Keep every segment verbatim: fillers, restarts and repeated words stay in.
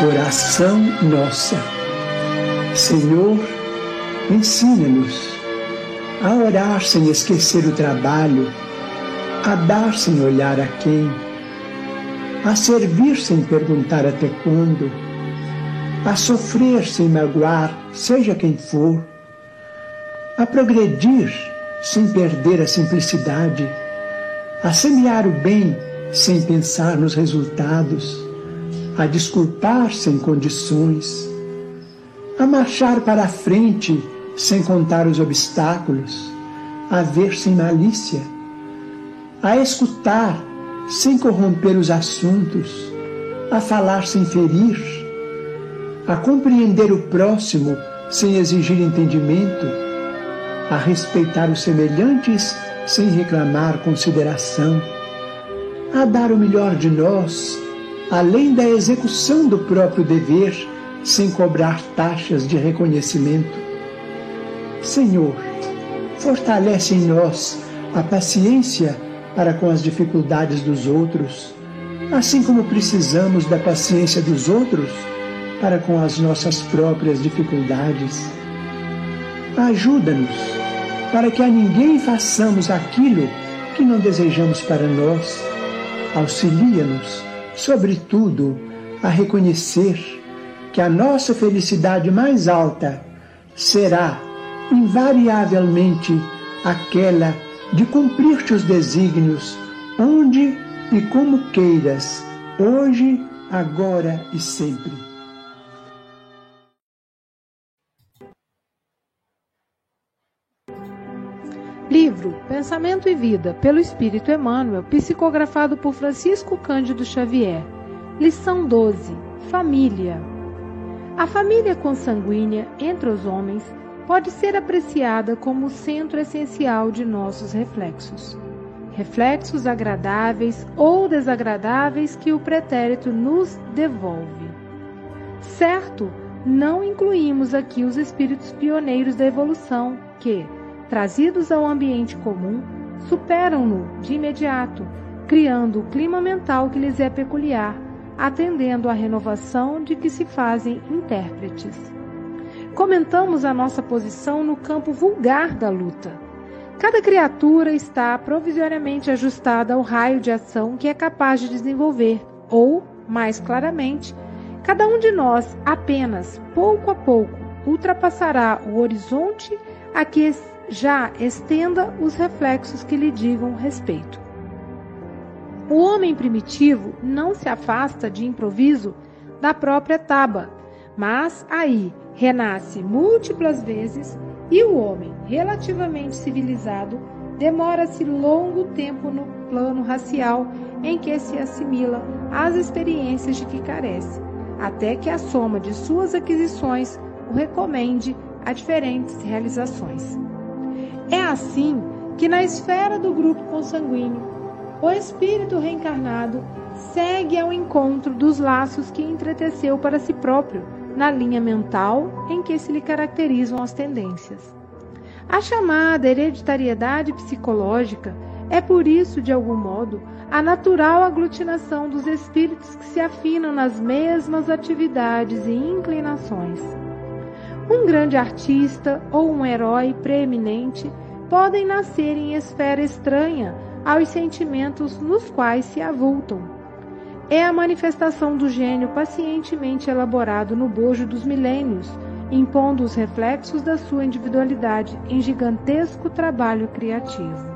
Oração nossa. Senhor, ensina-nos a orar sem esquecer o trabalho, a dar sem olhar a quem, a servir sem perguntar até quando, a sofrer sem magoar, seja quem for, a progredir sem perder a simplicidade, a semear o bem sem pensar nos resultados, a desculpar sem condições, a marchar para a frente sem contar os obstáculos, a ver sem malícia, a escutar sem corromper os assuntos, a falar sem ferir, a compreender o próximo sem exigir entendimento, a respeitar os semelhantes sem reclamar consideração, a dar o melhor de nós, além da execução do próprio dever, sem cobrar taxas de reconhecimento. Senhor, fortalece em nós a paciência para com as dificuldades dos outros, assim como precisamos da paciência dos outros para com as nossas próprias dificuldades. Ajuda-nos para que a ninguém façamos aquilo que não desejamos para nós. Auxilia-nos, sobretudo, a reconhecer que a nossa felicidade mais alta será, invariavelmente, aquela de cumprir teus desígnios, onde e como queiras, hoje, agora e sempre. Livro Pensamento e Vida, pelo Espírito Emmanuel, psicografado por Francisco Cândido Xavier. Lição doze. Família. A família consanguínea entre os homens pode ser apreciada como o centro essencial de nossos reflexos. Reflexos agradáveis ou desagradáveis que o pretérito nos devolve. Certo, não incluímos aqui os espíritos pioneiros da evolução que, trazidos ao ambiente comum, superam-no de imediato, criando o clima mental que lhes é peculiar, atendendo à renovação de que se fazem intérpretes. Comentamos a nossa posição no campo vulgar da luta. Cada criatura está provisoriamente ajustada ao raio de ação que é capaz de desenvolver, ou, mais claramente, cada um de nós apenas, pouco a pouco, ultrapassará o horizonte a que já estenda os reflexos que lhe digam respeito. O homem primitivo não se afasta de improviso da própria taba, mas aí renasce múltiplas vezes e o homem relativamente civilizado demora-se longo tempo no plano racial em que se assimila às experiências de que carece, até que a soma de suas aquisições o recomende a diferentes realizações. É assim que na esfera do grupo consanguíneo, o espírito reencarnado segue ao encontro dos laços que entreteceu para si próprio, na linha mental em que se lhe caracterizam as tendências. A chamada hereditariedade psicológica é, por isso, de algum modo, a natural aglutinação dos espíritos que se afinam nas mesmas atividades e inclinações. Um grande artista ou um herói preeminente podem nascer em esfera estranha aos sentimentos nos quais se avultam. É a manifestação do gênio pacientemente elaborado no bojo dos milênios, impondo os reflexos da sua individualidade em gigantesco trabalho criativo.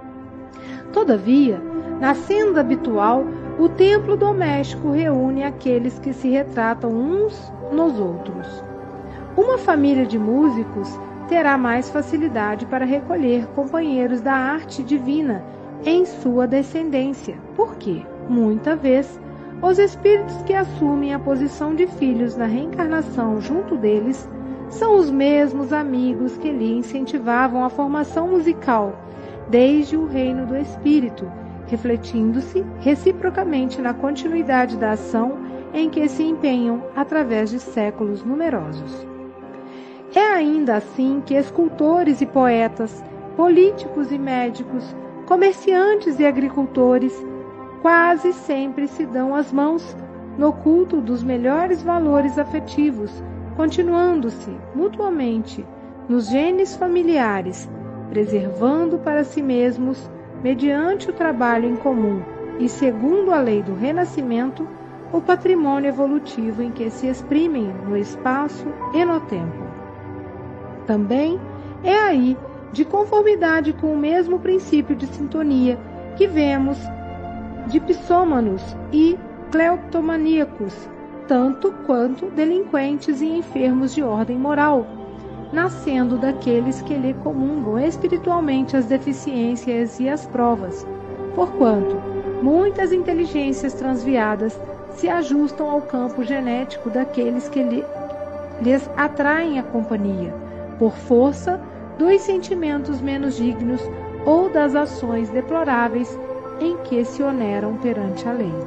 Todavia, na senda habitual, o templo doméstico reúne aqueles que se retratam uns nos outros. Uma família de músicos terá mais facilidade para recolher companheiros da arte divina em sua descendência, porque, muita vez, os espíritos que assumem a posição de filhos na reencarnação junto deles são os mesmos amigos que lhe incentivavam a formação musical desde o reino do espírito, refletindo-se reciprocamente na continuidade da ação em que se empenham através de séculos numerosos. É ainda assim que escultores e poetas, políticos e médicos, comerciantes e agricultores quase sempre se dão as mãos no culto dos melhores valores afetivos, continuando-se mutuamente nos genes familiares, preservando para si mesmos, mediante o trabalho em comum e segundo a lei do renascimento, o patrimônio evolutivo em que se exprimem no espaço e no tempo. Também é aí, de conformidade com o mesmo princípio de sintonia, que vemos dipsômanos e cleptomaníacos, tanto quanto delinquentes e enfermos de ordem moral, nascendo daqueles que lhe comungam espiritualmente as deficiências e as provas, porquanto muitas inteligências transviadas se ajustam ao campo genético daqueles que lhe, lhes atraem a companhia, por força dos sentimentos menos dignos ou das ações deploráveis em que se oneram perante a lei.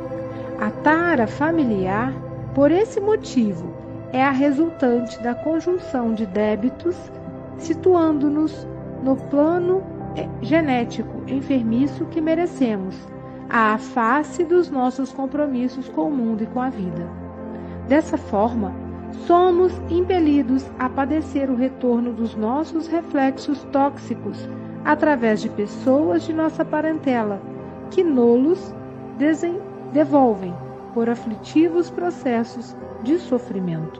A tara familiar, por esse motivo, é a resultante da conjunção de débitos, situando-nos no plano genético enfermiço que merecemos, à face dos nossos compromissos com o mundo e com a vida. Dessa forma, somos impelidos a padecer o retorno dos nossos reflexos tóxicos através de pessoas de nossa parentela, que nos devolvem por aflitivos processos de sofrimento.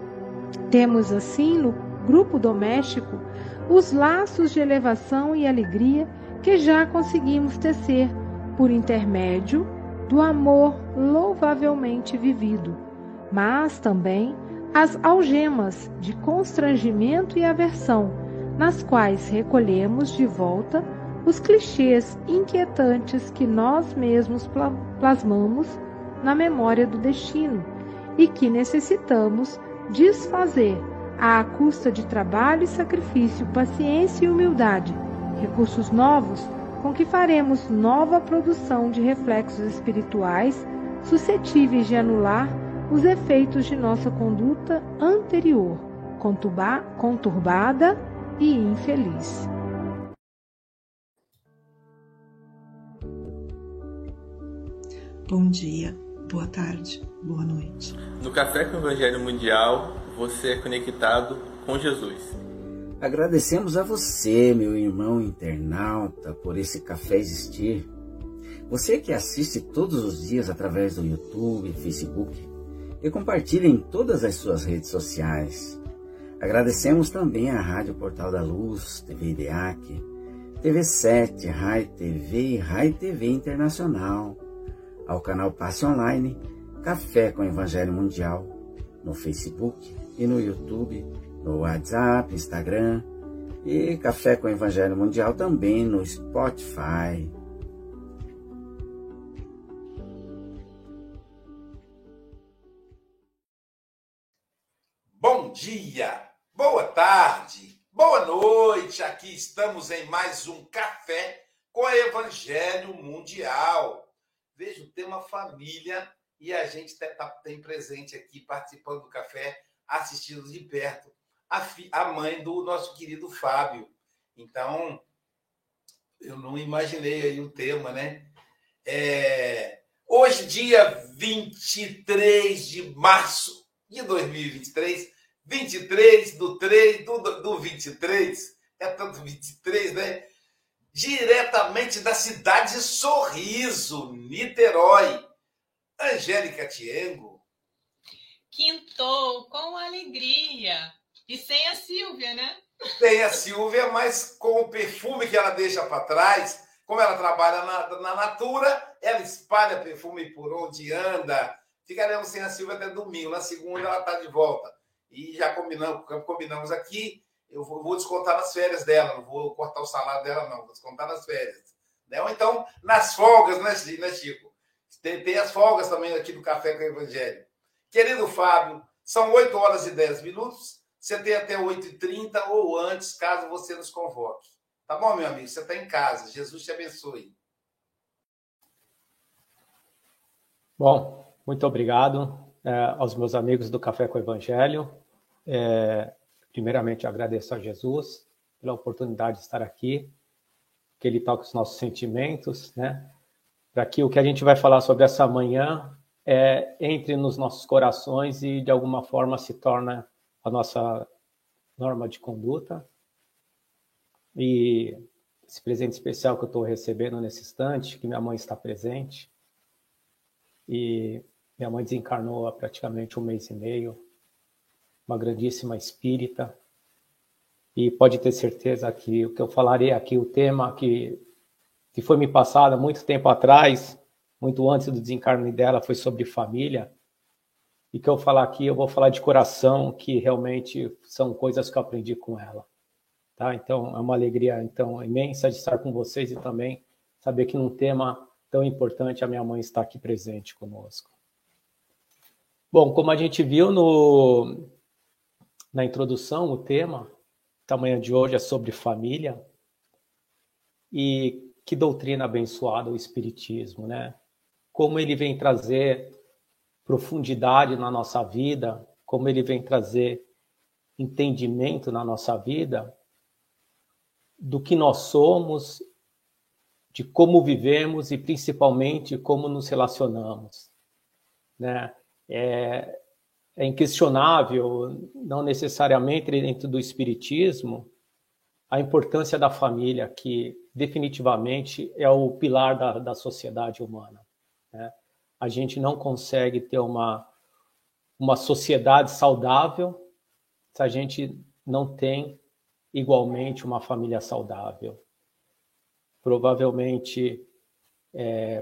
Temos assim no grupo doméstico os laços de elevação e alegria que já conseguimos tecer por intermédio do amor louvavelmente vivido, mas também as algemas de constrangimento e aversão, nas quais recolhemos de volta os clichês inquietantes que nós mesmos plasmamos na memória do destino e que necessitamos desfazer à custa de trabalho e sacrifício, paciência e humildade, recursos novos com que faremos nova produção de reflexos espirituais suscetíveis de anular os efeitos de nossa conduta anterior, conturbada e infeliz. Bom dia, boa tarde, boa noite. No Café com o Evangelho Mundial, você é conectado com Jesus. Agradecemos a você, meu irmão internauta, por esse café existir. Você que assiste todos os dias através do YouTube, Facebook e compartilha em todas as suas redes sociais. Agradecemos também à Rádio Portal da Luz, T V IDEAC, T V sete, Rai T V e Rai T V Internacional, ao canal Passe Online, Café com o Evangelho Mundial, no Facebook e no YouTube, no WhatsApp, Instagram e Café com o Evangelho Mundial também no Spotify. Bom dia, boa tarde, boa noite. Aqui estamos em mais um Café com o Evangelho Mundial. Veja o tema família e a gente tem presente aqui participando do café, assistindo de perto a, fi, a mãe do nosso querido Fábio. Então, eu não imaginei aí o tema, né? É, hoje, dia vinte e três de março de dois mil e vinte e três, vinte e três do três do, do vinte e três, é tanto vinte e três, né? Diretamente da cidade de Sorriso, Niterói, Angélica Tiengo. Quintou com alegria. E sem a Silvia, né? Tem a Silvia, mas com o perfume que ela deixa para trás, como ela trabalha na, na Natura, ela espalha perfume por onde anda. Ficaremos sem a Silvia até domingo. Na segunda ela está de volta. E já combinamos, combinamos aqui, eu vou, vou descontar nas férias dela, não vou cortar o salário dela, não, vou descontar nas férias. Né? Ou então, nas folgas, né, Chico? Tem, tem as folgas também aqui do Café com o Evangelho. Querido Fábio, são oito horas e dez minutos, você tem até oito e trinta ou antes, caso você nos convoque. Tá bom, meu amigo? Você está em casa. Jesus te abençoe. Bom, muito obrigado é, aos meus amigos do Café com o Evangelho. É, primeiramente, agradeço a Jesus pela oportunidade de estar aqui, que Ele toque os nossos sentimentos, né? Para que o que a gente vai falar sobre essa manhã é, entre nos nossos corações e, de alguma forma, se torna a nossa norma de conduta. E esse presente especial que eu estou recebendo nesse instante, que minha mãe está presente, e minha mãe desencarnou há praticamente um mês e meio, uma grandíssima espírita, e pode ter certeza que o que eu falarei aqui, o tema que, que foi me passado há muito tempo atrás, muito antes do desencarne dela, foi sobre família, e que eu falar aqui, eu vou falar de coração, que realmente são coisas que eu aprendi com ela. Tá? Então, é uma alegria então, imensa de estar com vocês e também saber que num tema tão importante a minha mãe está aqui presente conosco. Bom, como a gente viu no, na introdução, o tema da manhã de hoje é sobre família. E que doutrina abençoada o Espiritismo, né? Como ele vem trazer profundidade na nossa vida, como ele vem trazer entendimento na nossa vida do que nós somos, de como vivemos e principalmente como nos relacionamos, né? É, é inquestionável, não necessariamente dentro do Espiritismo, a importância da família, que definitivamente é o pilar da, da sociedade humana, né? A gente não consegue ter uma, uma sociedade saudável se a gente não tem igualmente uma família saudável. Provavelmente, é,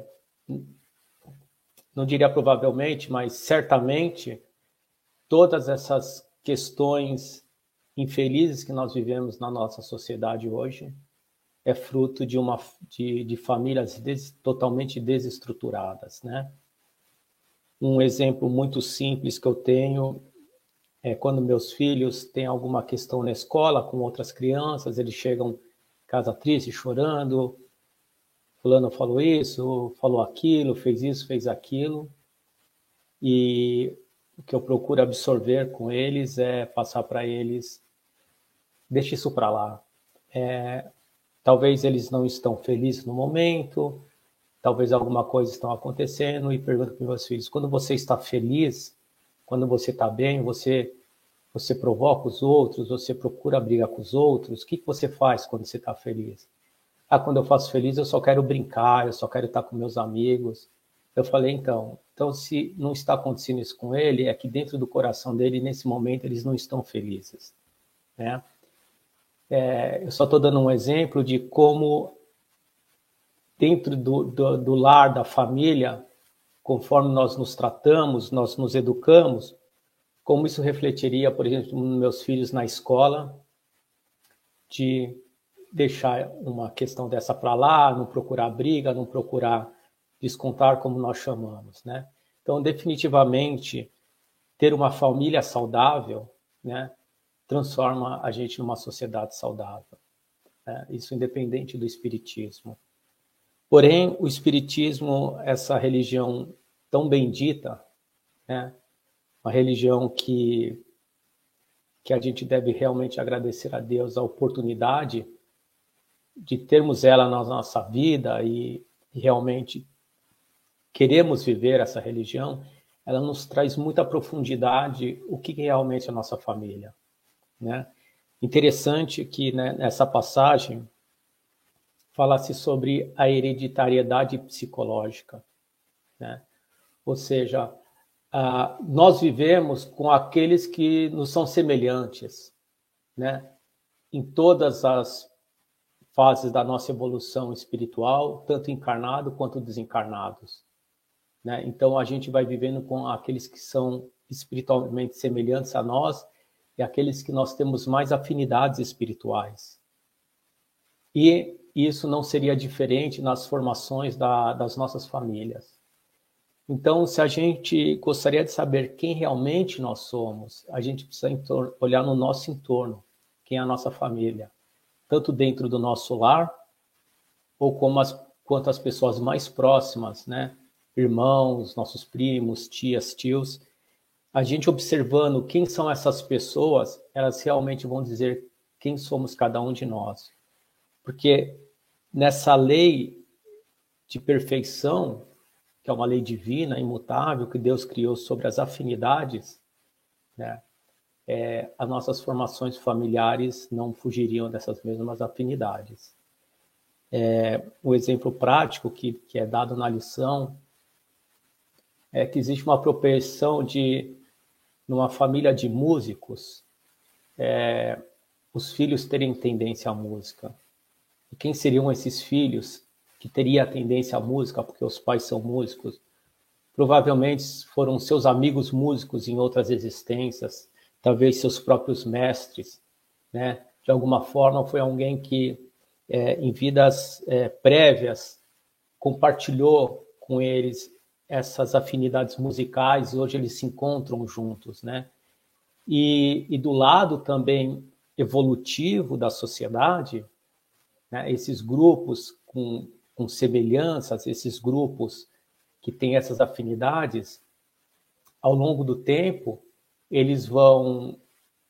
não diria provavelmente, mas certamente, todas essas questões infelizes que nós vivemos na nossa sociedade hoje é fruto de, uma, de, de famílias des, totalmente desestruturadas, né? Um exemplo muito simples que eu tenho é quando meus filhos têm alguma questão na escola com outras crianças, eles chegam em casa triste, chorando, fulano falou isso, falou aquilo, fez isso, fez aquilo, e o que eu procuro absorver com eles é passar para eles, deixa isso para lá. É, talvez eles não estão felizes no momento, talvez alguma coisa está acontecendo, e pergunto para meus filhos, quando você está feliz, quando você está bem, você, você provoca os outros, você procura brigar com os outros, o que, que você faz quando você está feliz? Ah, quando eu faço feliz, eu só quero brincar, eu só quero estar com meus amigos. Eu falei, então, então se não está acontecendo isso com ele, é que dentro do coração dele, nesse momento, eles não estão felizes, né? É, eu só estou dando um exemplo de como dentro do, do, do lar, da família, conforme nós nos tratamos, nós nos educamos, como isso refletiria, por exemplo, nos meus filhos na escola, de deixar uma questão dessa para lá, não procurar briga, não procurar descontar, como nós chamamos, né? Então, definitivamente, ter uma família saudável, né, transforma a gente numa sociedade saudável, né? Isso independente do espiritismo. Porém, o espiritismo, essa religião tão bendita, né, uma religião que, que a gente deve realmente agradecer a Deus a oportunidade de termos ela na nossa vida e, e realmente queremos viver essa religião, ela nos traz muita profundidade o que realmente é a nossa família, né? Interessante que, né, nessa passagem fala-se sobre a hereditariedade psicológica, né? Ou seja, ah, nós vivemos com aqueles que nos são semelhantes, né? Em todas as fases da nossa evolução espiritual, tanto encarnado quanto desencarnados, né? Então a gente vai vivendo com aqueles que são espiritualmente semelhantes a nós e aqueles que nós temos mais afinidades espirituais. E isso não seria diferente nas formações da, das nossas famílias. Então, se a gente gostaria de saber quem realmente nós somos, a gente precisa olhar no nosso entorno, quem é a nossa família, tanto dentro do nosso lar, ou como as, quanto as pessoas mais próximas, né? Irmãos, nossos primos, tias, tios. A gente observando quem são essas pessoas, elas realmente vão dizer quem somos cada um de nós. Porque nessa lei de perfeição que é uma lei divina, imutável, que Deus criou sobre as afinidades, né? É, as nossas formações familiares não fugiriam dessas mesmas afinidades. É, o exemplo prático que, que é dado na lição é que existe uma propensão de, numa família de músicos, é, os filhos terem tendência à música. E quem seriam esses filhos que teriam a tendência à música, porque os pais são músicos? Provavelmente foram seus amigos músicos em outras existências, talvez seus próprios mestres, né? De alguma forma foi alguém que, é, em vidas é, prévias, compartilhou com eles essas afinidades musicais, e hoje eles se encontram juntos, né? E, e do lado também evolutivo da sociedade, né, esses grupos com, com semelhanças, esses grupos que têm essas afinidades, ao longo do tempo, eles vão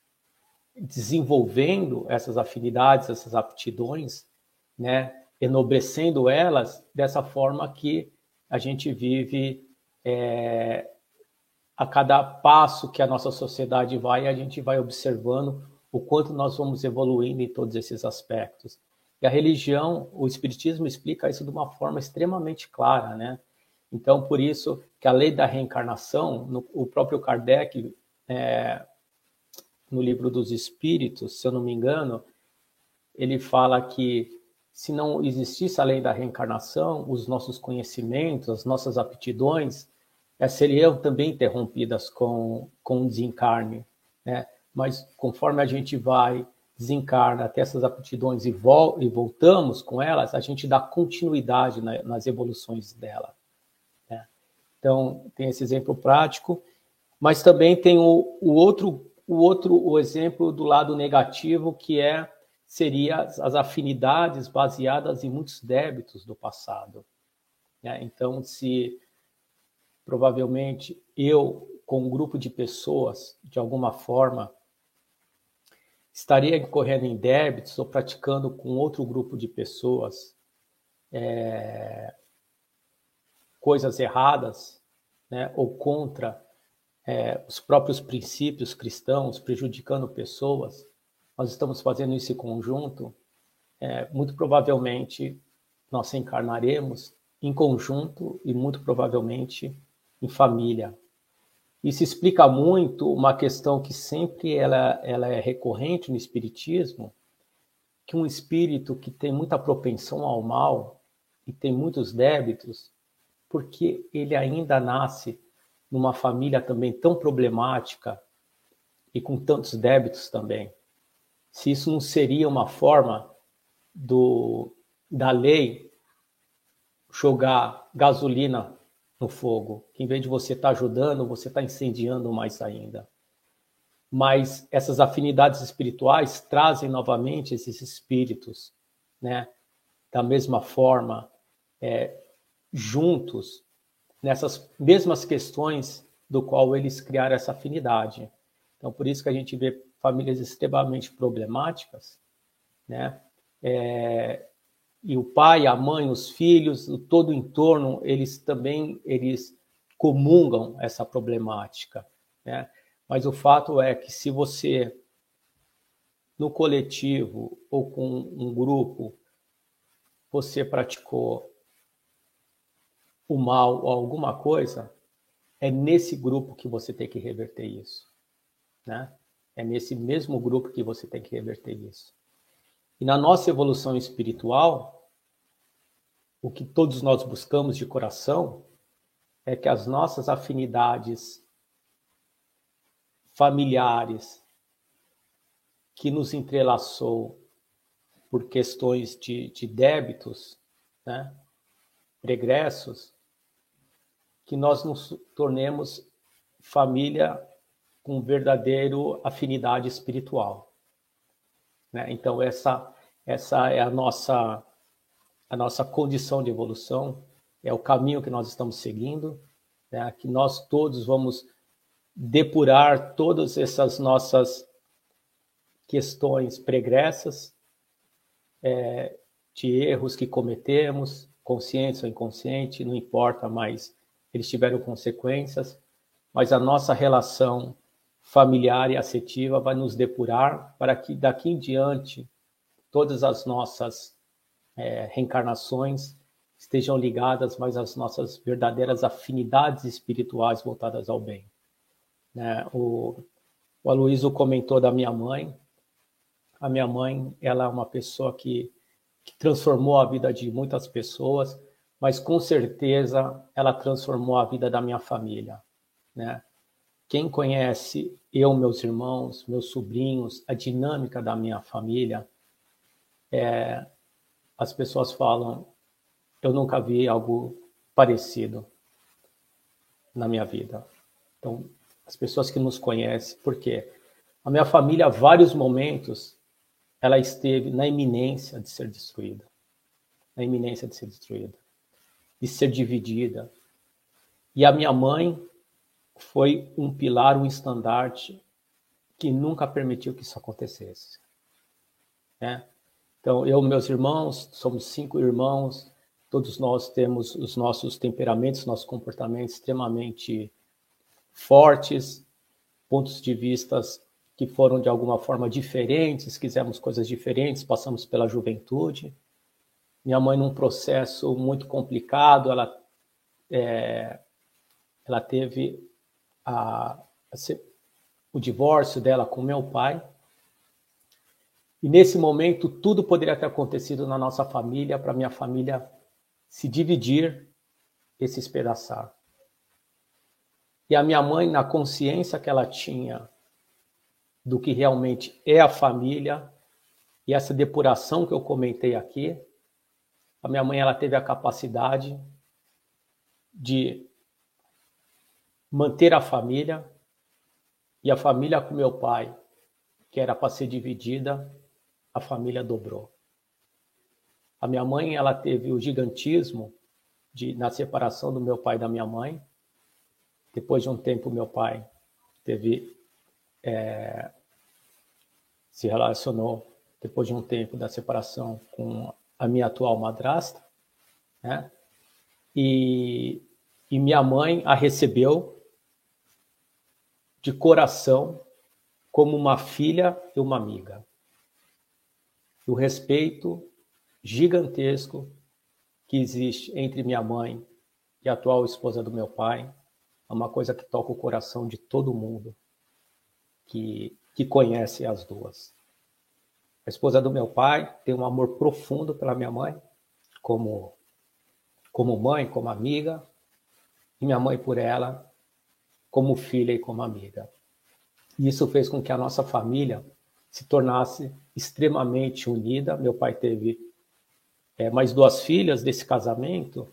desenvolvendo essas afinidades, essas aptidões, né, enobrecendo elas dessa forma que a gente vive é, a cada passo que a nossa sociedade vai, a gente vai observando o quanto nós vamos evoluindo em todos esses aspectos. E a religião, o espiritismo explica isso de uma forma extremamente clara, né? Então, por isso que a lei da reencarnação, no, o próprio Kardec, é, no livro dos Espíritos, se eu não me engano, ele fala que se não existisse a lei da reencarnação, os nossos conhecimentos, as nossas aptidões, é, seriam também interrompidas com, com o desencarne, né? Mas conforme a gente vai, desencarna, até essas aptidões e, vol e voltamos com elas, a gente dá continuidade na, nas evoluções dela, né? Então, tem esse exemplo prático, mas também tem o, o outro, o outro o exemplo do lado negativo, que é, seria as afinidades baseadas em muitos débitos do passado, né? Então, se provavelmente eu, com um grupo de pessoas, de alguma forma, estaria incorrendo em débitos ou praticando com outro grupo de pessoas é, coisas erradas, né, ou contra é, os próprios princípios cristãos, prejudicando pessoas, nós estamos fazendo isso em conjunto, é, muito provavelmente nós encarnaremos em conjunto e muito provavelmente em família. Isso explica muito uma questão que sempre ela, ela é recorrente no espiritismo, que um espírito que tem muita propensão ao mal e tem muitos débitos, porque ele ainda nasce numa família também tão problemática e com tantos débitos também. Se isso não seria uma forma do, da lei jogar gasolina no fogo, que em vez de você estar ajudando, você está incendiando mais ainda. Mas essas afinidades espirituais trazem novamente esses espíritos, né, da mesma forma, é, juntos, nessas mesmas questões do qual eles criaram essa afinidade. Então, por isso que a gente vê famílias extremamente problemáticas, né, é, e o pai, a mãe, os filhos, todo o entorno, eles também eles comungam essa problemática, né? Mas o fato é que se você, no coletivo ou com um grupo, você praticou o mal ou alguma coisa, é nesse grupo que você tem que reverter isso, né? É nesse mesmo grupo que você tem que reverter isso. E na nossa evolução espiritual, o que todos nós buscamos de coração é que as nossas afinidades familiares, que nos entrelaçou por questões de, de débitos, né, pregressos, que nós nos tornemos família com verdadeira afinidade espiritual, né? Então, essa, essa é a nossa, a nossa condição de evolução, é o caminho que nós estamos seguindo, né? Que nós todos vamos depurar todas essas nossas questões pregressas, é, de erros que cometemos, consciente ou inconsciente, não importa, mas eles tiveram consequências, mas a nossa relação familiar e afetiva vai nos depurar para que daqui em diante todas as nossas é, reencarnações estejam ligadas mais às nossas verdadeiras afinidades espirituais voltadas ao bem. Né? O, o Aloysio comentou da minha mãe. A minha mãe, ela é uma pessoa que, que transformou a vida de muitas pessoas, mas com certeza ela transformou a vida da minha família. Né? Quem conhece eu, meus irmãos, meus sobrinhos, a dinâmica da minha família, é, as pessoas falam, eu nunca vi algo parecido na minha vida. Então, as pessoas que nos conhecem, por quê? A minha família, há vários momentos, ela esteve na iminência de ser destruída. Na iminência de ser destruída. De ser dividida. E a minha mãe foi um pilar, um estandarte que nunca permitiu que isso acontecesse. Né? Então, eu e meus irmãos, somos cinco irmãos, todos nós temos os nossos temperamentos, nossos comportamentos extremamente fortes, pontos de vista que foram de alguma forma diferentes, quisemos coisas diferentes, passamos pela juventude. Minha mãe, num processo muito complicado, ela, é, ela teve a, a, o divórcio dela com meu pai. E nesse momento, tudo poderia ter acontecido na nossa família, para minha família se dividir e se espedaçar. E a minha mãe, na consciência que ela tinha do que realmente é a família, e essa depuração que eu comentei aqui, a minha mãe ela teve a capacidade de manter a família, e a família com meu pai, que era para ser dividida, a família dobrou. A minha mãe ela teve o gigantismo de, na separação do meu pai e da minha mãe. Depois de um tempo, meu pai teve, é, se relacionou, depois de um tempo da separação, com a minha atual madrasta, né? E, e minha mãe a recebeu de coração como uma filha e uma amiga. O respeito gigantesco que existe entre minha mãe e a atual esposa do meu pai é uma coisa que toca o coração de todo mundo que, que conhece as duas. A esposa do meu pai tem um amor profundo pela minha mãe, como, como mãe, como amiga, e minha mãe por ela, como filha e como amiga. E isso fez com que a nossa família se tornasse extremamente unida. Meu pai teve é, mais duas filhas desse casamento,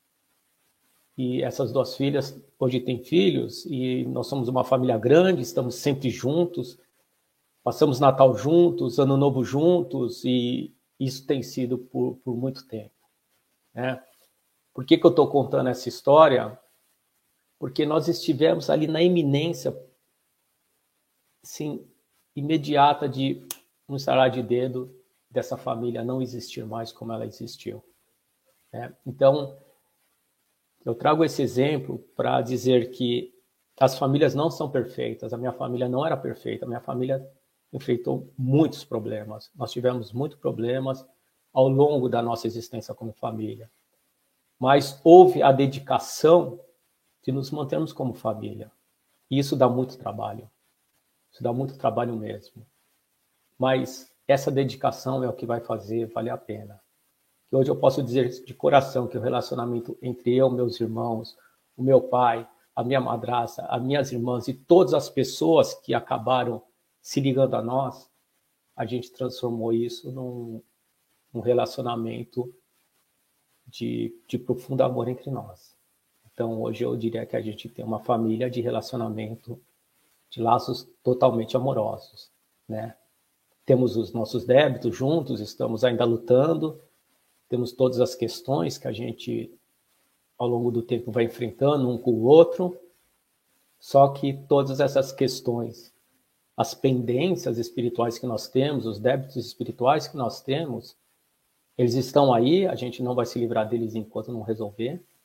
e essas duas filhas hoje têm filhos, e nós somos uma família grande, estamos sempre juntos, passamos Natal juntos, Ano Novo juntos, e isso tem sido por, por muito tempo. Né? Por que que eu estou contando essa história? Porque nós estivemos ali na iminência, assim, imediata de um estalar de dedo dessa família não existir mais como ela existiu. Né? Então, eu trago esse exemplo para dizer que as famílias não são perfeitas. A minha família não era perfeita. A minha família enfrentou muitos problemas. Nós tivemos muitos problemas ao longo da nossa existência como família. Mas houve a dedicação de nos mantermos como família. E isso dá muito trabalho. Isso dá muito trabalho mesmo. Mas essa dedicação é o que vai fazer valer a pena. Que hoje eu posso dizer de coração que o relacionamento entre eu, meus irmãos, o meu pai, a minha madrasta, as minhas irmãs e todas as pessoas que acabaram se ligando a nós, a gente transformou isso num, num relacionamento de, de profundo amor entre nós. Então, hoje eu diria que a gente tem uma família de relacionamento, de laços totalmente amorosos, né? Temos os nossos débitos juntos, estamos ainda lutando, temos todas as questões que a gente, ao longo do tempo, vai enfrentando um com o outro, só que todas essas questões, as pendências espirituais que nós temos, os débitos espirituais que nós temos, eles estão aí, a gente não vai se livrar deles enquanto não resolver,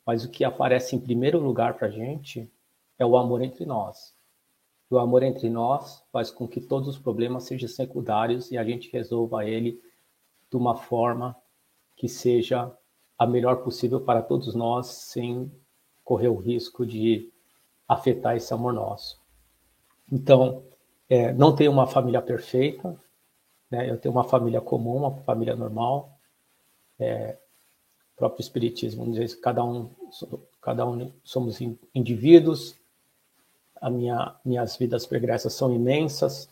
mas o que aparece em primeiro lugar para a gente é o amor entre nós. E o amor entre nós faz com que todos os problemas sejam secundários e a gente resolva ele de uma forma que seja a melhor possível para todos nós, sem correr o risco de afetar esse amor nosso. Então, é, não tenho uma família perfeita, né? Eu tenho uma família comum, uma família normal. É, o próprio Espiritismo diz que cada um, cada um somos indivíduos. A minha, minhas vidas pregressas são imensas.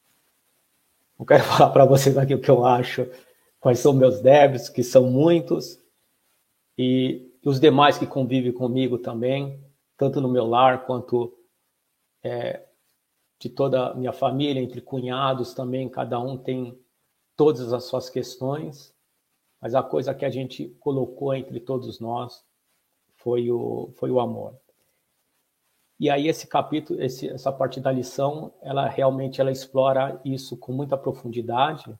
Não quero falar para vocês aqui o que eu acho, quais são meus débitos, que são muitos, e os demais que convivem comigo também, tanto no meu lar quanto é, de toda a minha família, entre cunhados também, cada um tem todas as suas questões, mas a coisa que a gente colocou entre todos nós foi o, foi o amor. E aí esse capítulo, esse, essa parte da lição, ela realmente ela explora isso com muita profundidade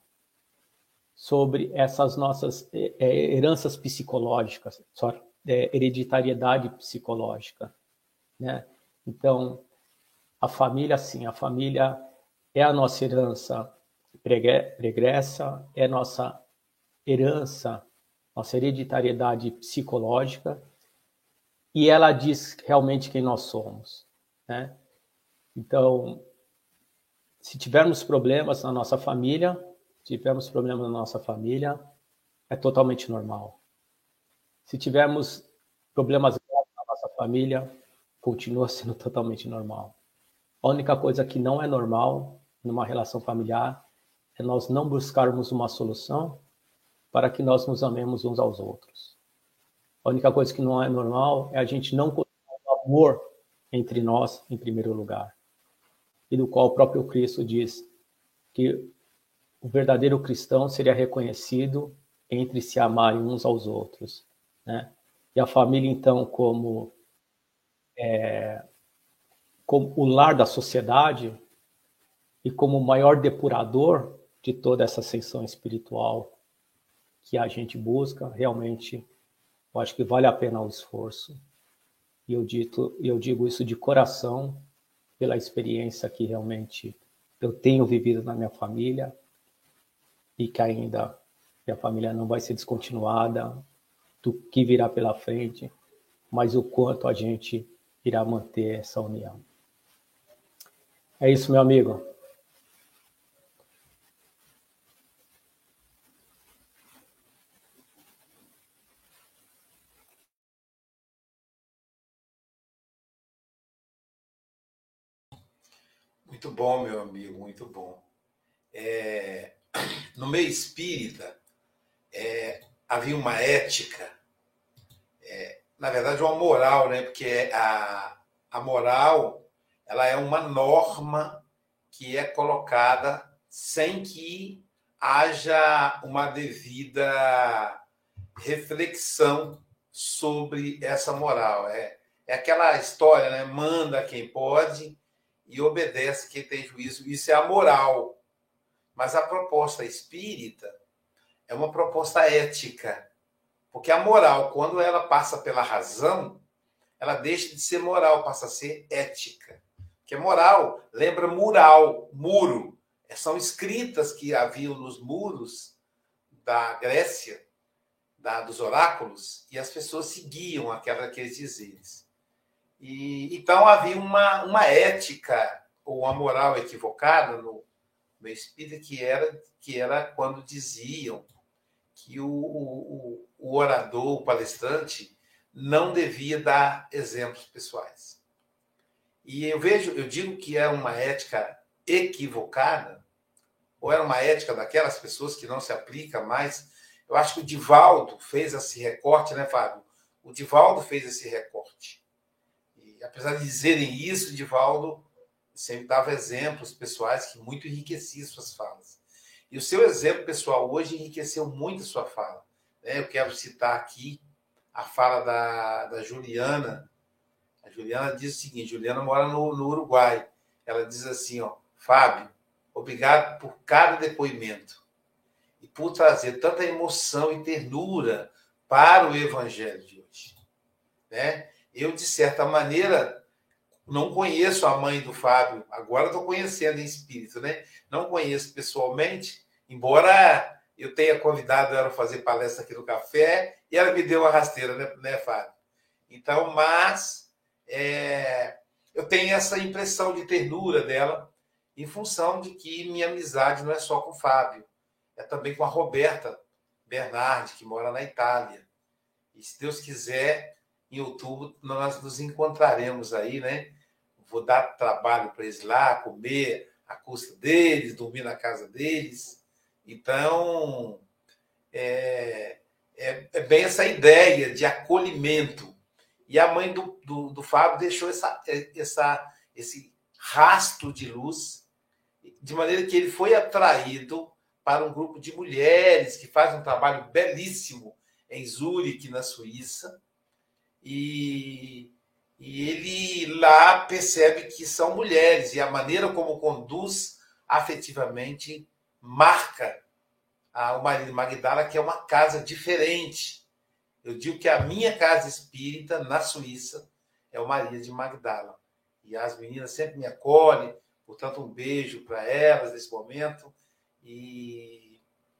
sobre essas nossas é, heranças psicológicas, é, hereditariedade psicológica, né? Então, a família, sim, a família é a nossa herança pregressa, é nossa herança, nossa hereditariedade psicológica, e ela diz realmente quem nós somos, né? Então, se tivermos problemas na nossa família, se tivermos problemas na nossa família, é totalmente normal. Se tivermos problemas na nossa família, continua sendo totalmente normal. A única coisa que não é normal numa relação familiar é nós não buscarmos uma solução para que nós nos amemos uns aos outros. A única coisa que não é normal é a gente não colocar o amor entre nós em primeiro lugar. E do qual o próprio Cristo diz que o verdadeiro cristão seria reconhecido entre se amarem uns aos outros, né? E a família, então, como, é, como o lar da sociedade e como o maior depurador de toda essa ascensão espiritual que a gente busca, realmente, eu acho que vale a pena o esforço. E eu, dito, eu digo isso de coração, pela experiência que realmente eu tenho vivido na minha família e que ainda minha família não vai ser descontinuada do que virá pela frente, mas o quanto a gente irá manter essa união. É isso, meu amigo. Muito bom, meu amigo, muito bom. É, no meio espírita, é, havia uma ética, é, na verdade uma moral, né? Porque a, a moral ela é uma norma que é colocada sem que haja uma devida reflexão sobre essa moral. É, é aquela história, né? Manda quem pode e obedece quem tem juízo. Isso é a moral. Mas a proposta espírita é uma proposta ética. Porque a moral, quando ela passa pela razão, ela deixa de ser moral, passa a ser ética. Porque moral lembra mural, muro. São escritas que haviam nos muros da Grécia, da, dos oráculos, e as pessoas seguiam aquela, aqueles dizeres. E, então havia uma, uma ética ou uma moral equivocada no meu espírito, que era, que era quando diziam que o, o, o orador, o palestrante, não devia dar exemplos pessoais. E eu vejo, eu digo que é uma ética equivocada, ou era uma ética daquelas pessoas que não se aplica mais. Eu acho que o Divaldo fez esse recorte, né, Fábio? O Divaldo fez esse recorte. E apesar de dizerem isso, o Divaldo sempre dava exemplos pessoais que muito enriqueciam suas falas. E o seu exemplo pessoal hoje enriqueceu muito a sua fala. Eu quero citar aqui a fala da, da Juliana. A Juliana diz o seguinte, Juliana mora no, no Uruguai. Ela diz assim, ó, Fábio, obrigado por cada depoimento e por trazer tanta emoção e ternura para o Evangelho de hoje. né? Eu, de certa maneira, não conheço a mãe do Fábio. Agora estou conhecendo em espírito, né? Não conheço pessoalmente, embora eu tenha convidado ela a fazer palestra aqui no café e ela me deu uma rasteira, né, né Fábio? Então, mas é, eu tenho essa impressão de ternura dela em função de que minha amizade não é só com o Fábio, é também com a Roberta Bernardi, que mora na Itália. E se Deus quiser, em outubro nós nos encontraremos aí, né? Vou dar trabalho para eles lá, comer à custa deles, dormir na casa deles. Então, é, é, é bem essa ideia de acolhimento. E a mãe do, do, do Fábio deixou essa, essa, esse rastro de luz, de maneira que ele foi atraído para um grupo de mulheres que faz um trabalho belíssimo em Zurique, na Suíça. E, e ele lá percebe que são mulheres, e a maneira como conduz afetivamente marca a, o marido de Magdala, que é uma casa diferente. Eu digo que a minha casa espírita, na Suíça, é o Maria de Magdala. E as meninas sempre me acolhem, portanto, um beijo para elas nesse momento. E,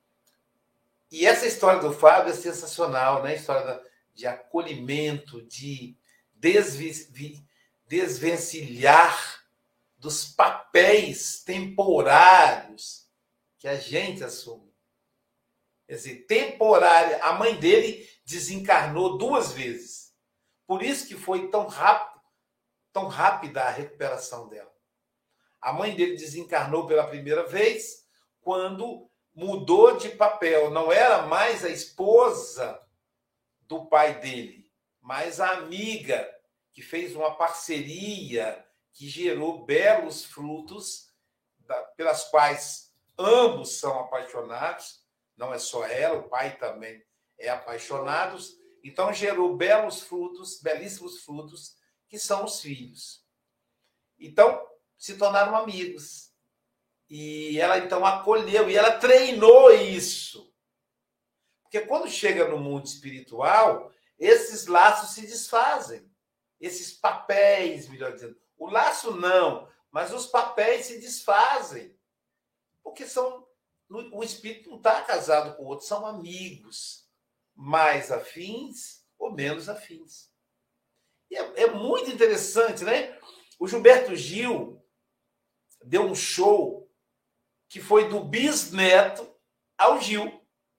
e essa história do Fábio é sensacional, né? A história da, de acolhimento, de desvi, desvencilhar dos papéis temporários que a gente assume. Quer dizer, temporária. A mãe dele desencarnou duas vezes. Por isso que foi tão rápido, tão rápida a recuperação dela. A mãe dele desencarnou pela primeira vez quando mudou de papel. Não era mais a esposa do pai dele, mas a amiga que fez uma parceria que gerou belos frutos, pelas quais ambos são apaixonados. Não é só ela, o pai também é apaixonado. Então gerou belos frutos, belíssimos frutos, que são os filhos. Então se tornaram amigos. E ela então acolheu, e ela treinou isso. Porque quando chega no mundo espiritual, esses laços se desfazem. Esses papéis, melhor dizendo. O laço não, mas os papéis se desfazem. Porque são, o espírito não está casado com o outro, são amigos. Mais afins ou menos afins. E é, é muito interessante, né? O Gilberto Gil deu um show que foi do bisneto ao Gil.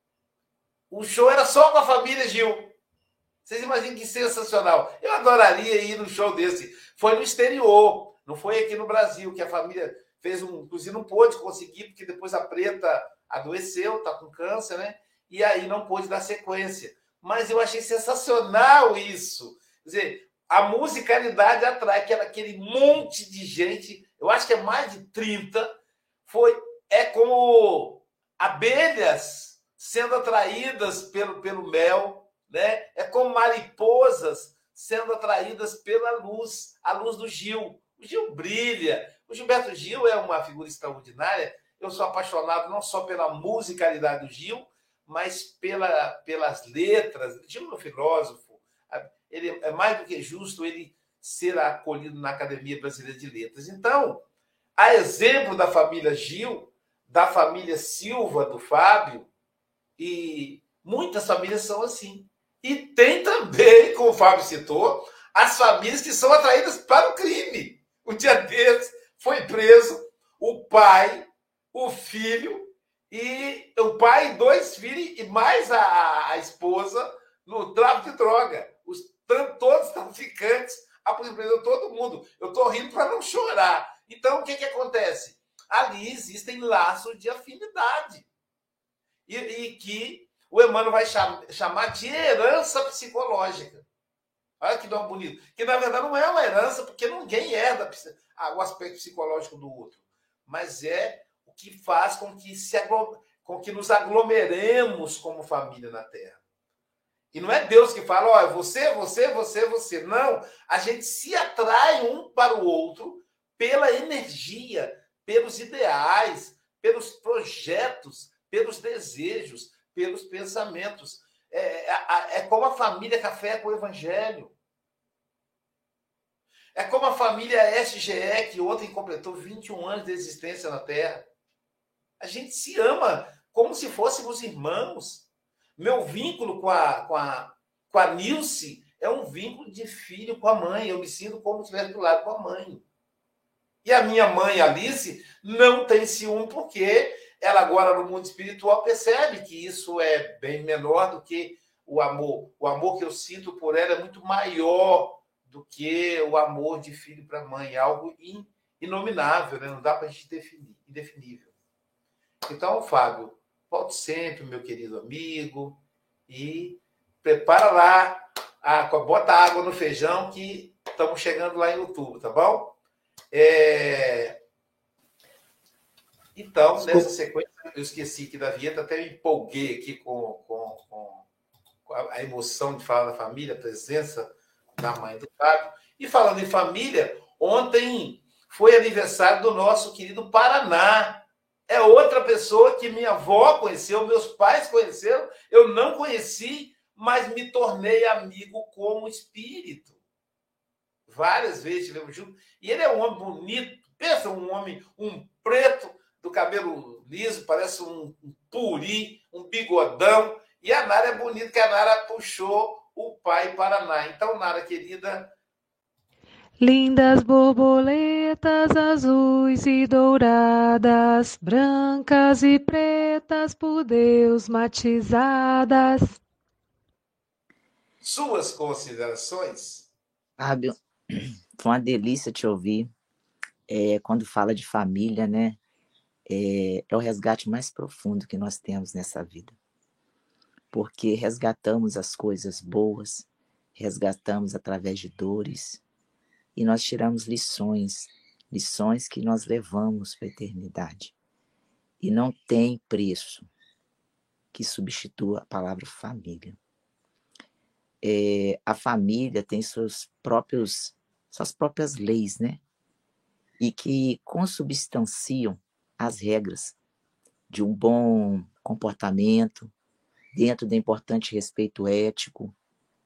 O show era só com a família Gil. Vocês imaginam que sensacional. Eu adoraria ir no show desse. Foi no exterior, não foi aqui no Brasil, que a família fez um... Inclusive não pôde conseguir, porque depois a Preta adoeceu, está com câncer, né? E aí não pôde dar sequência. Mas eu achei sensacional isso. Quer dizer, a musicalidade atrai aquela, aquele monte de gente, eu acho que é mais de trinta, foi, é como abelhas sendo atraídas pelo, pelo mel, né? É como mariposas sendo atraídas pela luz, a luz do Gil. O Gil brilha. O Gilberto Gil é uma figura extraordinária. Eu sou apaixonado não só pela musicalidade do Gil, mas pela, pelas letras. O Gil é um filósofo. Ele é mais do que justo ele ser acolhido na Academia Brasileira de Letras. Então, a exemplo da família Gil, da família Silva, do Fábio, e muitas famílias são assim. E tem também, como o Fábio citou, as famílias que são atraídas para o crime. Um dia desses foi preso o pai, o filho, e o pai e dois filhos, e mais a, a esposa, no tráfico de droga. Os, todos traficantes, a polícia prendeu todo mundo. Eu estou rindo para não chorar. Então, o que, que acontece? Ali existem laços de afinidade. E, e que o Emmanuel vai cham, chamar de herança psicológica. Olha que nome bonito. Que, na verdade, não é uma herança, porque ninguém herda o aspecto psicológico do outro. Mas é o que faz com que, se aglom, com que nos aglomeremos como família na Terra. E não é Deus que fala, ó, você, você, você, você. Não, a gente se atrai um para o outro pela energia, pelos ideais, pelos projetos, pelos desejos, pelos pensamentos. É, é, é como a família Café com o Evangelho. É como a família S G E, que ontem completou vinte e um anos de existência na Terra. A gente se ama como se fôssemos irmãos. Meu vínculo com a, com a, com a Nilce é um vínculo de filho com a mãe. Eu me sinto como se estivesse do lado com a mãe. E a minha mãe, Alice, não tem ciúme porque ela agora no mundo espiritual percebe que isso é bem menor do que o amor. O amor que eu sinto por ela é muito maior do que o amor de filho para mãe. É algo inominável, né? Não dá para a gente definir, indefinível. Então, Fábio, volte sempre, meu querido amigo, e prepara lá, a, bota água no feijão que estamos chegando lá em outubro, tá bom? É... Então, Desculpa. Nessa sequência, eu esqueci aqui da vinheta, até me empolguei aqui com, com, com a emoção de falar da família, a presença da mãe do Fábio. E falando em família, ontem foi aniversário do nosso querido Paraná. É outra pessoa que minha avó conheceu, meus pais conheceram, eu não conheci, mas me tornei amigo como espírito. Várias vezes estivemos juntos. E ele é um homem bonito. Pensa, um homem, um preto, do cabelo liso, parece um, um puri, um bigodão. E a Nara é bonita, que a Nara puxou o pai Paraná. Então, Nara, querida... Lindas borboletas azuis e douradas, brancas e pretas por Deus matizadas. Suas considerações? Fábio, foi uma delícia te ouvir. É, quando fala de família, né? É, é o resgate mais profundo que nós temos nessa vida. Porque resgatamos as coisas boas, resgatamos através de dores, e nós tiramos lições, lições que nós levamos para a eternidade. E não tem preço que substitua a palavra família. É, a família tem seus próprios, suas próprias leis, né? E que consubstanciam as regras de um bom comportamento, dentro do importante respeito ético.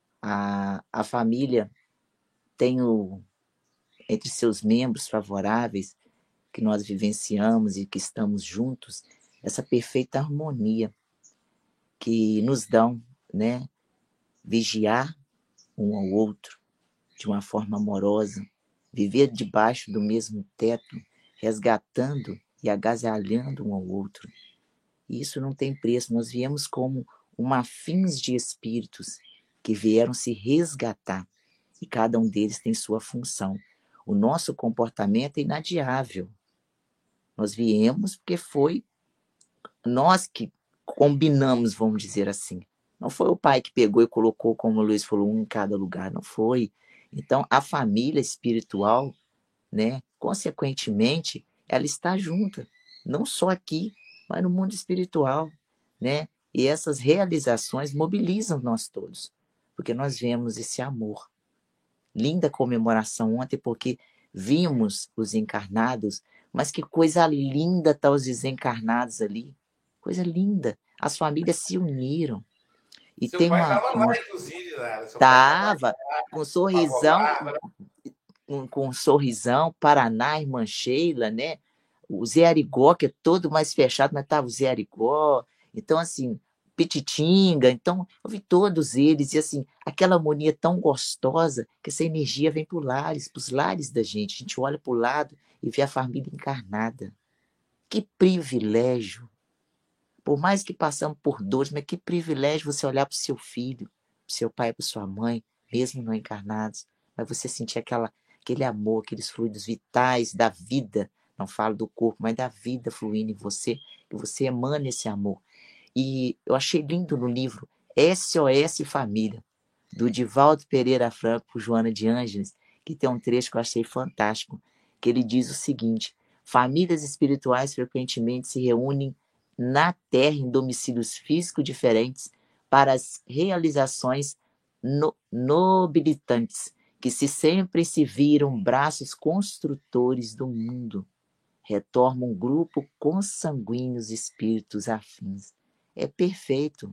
A, a família tem o, entre seus membros favoráveis, que nós vivenciamos e que estamos juntos, essa perfeita harmonia que nos dão, né, vigiar um ao outro de uma forma amorosa, viver debaixo do mesmo teto, resgatando e agasalhando um ao outro. E isso não tem preço. Nós viemos como uma fins de espíritos que vieram se resgatar, e cada um deles tem sua função. O nosso comportamento é inadiável. Nós viemos porque foi nós que combinamos, vamos dizer assim. Não foi o pai que pegou e colocou, como o Luiz falou, um em cada lugar, não foi. Então, a família espiritual, né, consequentemente, ela está junta, não só aqui, mas no mundo espiritual, né? E essas realizações mobilizam nós todos, porque nós vemos esse amor. Linda comemoração ontem, porque vimos os encarnados, mas que coisa linda tá os desencarnados ali. Coisa linda. As famílias se uniram. E Seu tem pai uma... estava uma... lá, inclusive, Nara. Tava, com um sorrisão, com, com um sorrisão, Paraná, irmã Sheila, né? O Zé Arigó, que é todo mais fechado, mas tava o Zé Arigó. Então, assim, Pititinga, então eu vi todos eles, e assim, aquela harmonia tão gostosa, que essa energia vem para os lares, para os lares da gente. A gente olha para o lado e vê a família encarnada. Que privilégio! Por mais que passamos por dores, mas que privilégio você olhar para o seu filho, para o seu pai, para sua mãe, mesmo não encarnados, mas você sentir aquela, aquele amor, aqueles fluidos vitais da vida, não falo do corpo, mas da vida fluindo em você, que você emana esse amor. E eu achei lindo no livro S O S Família, do Divaldo Pereira Franco, Joana de Ângeles, que tem um trecho que eu achei fantástico, que ele diz o seguinte: famílias espirituais frequentemente se reúnem na Terra em domicílios físicos diferentes para as realizações no, nobilitantes, que se sempre se viram braços construtores do mundo, retornam um grupo consanguíneos espíritos afins. É perfeito.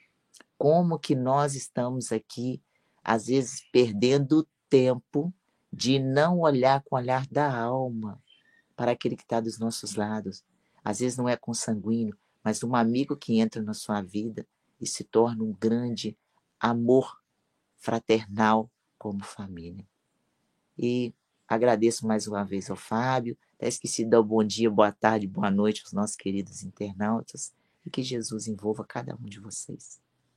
Como que nós estamos aqui, às vezes, perdendo tempo de não olhar com o olhar da alma para aquele que está dos nossos lados. Às vezes não é consanguíneo, mas um amigo que entra na sua vida e se torna um grande amor fraternal como família. E agradeço mais uma vez ao Fábio, até esqueci de dar o bom dia, boa tarde, boa noite aos nossos queridos internautas, e que Jesus envolva cada um de vocês.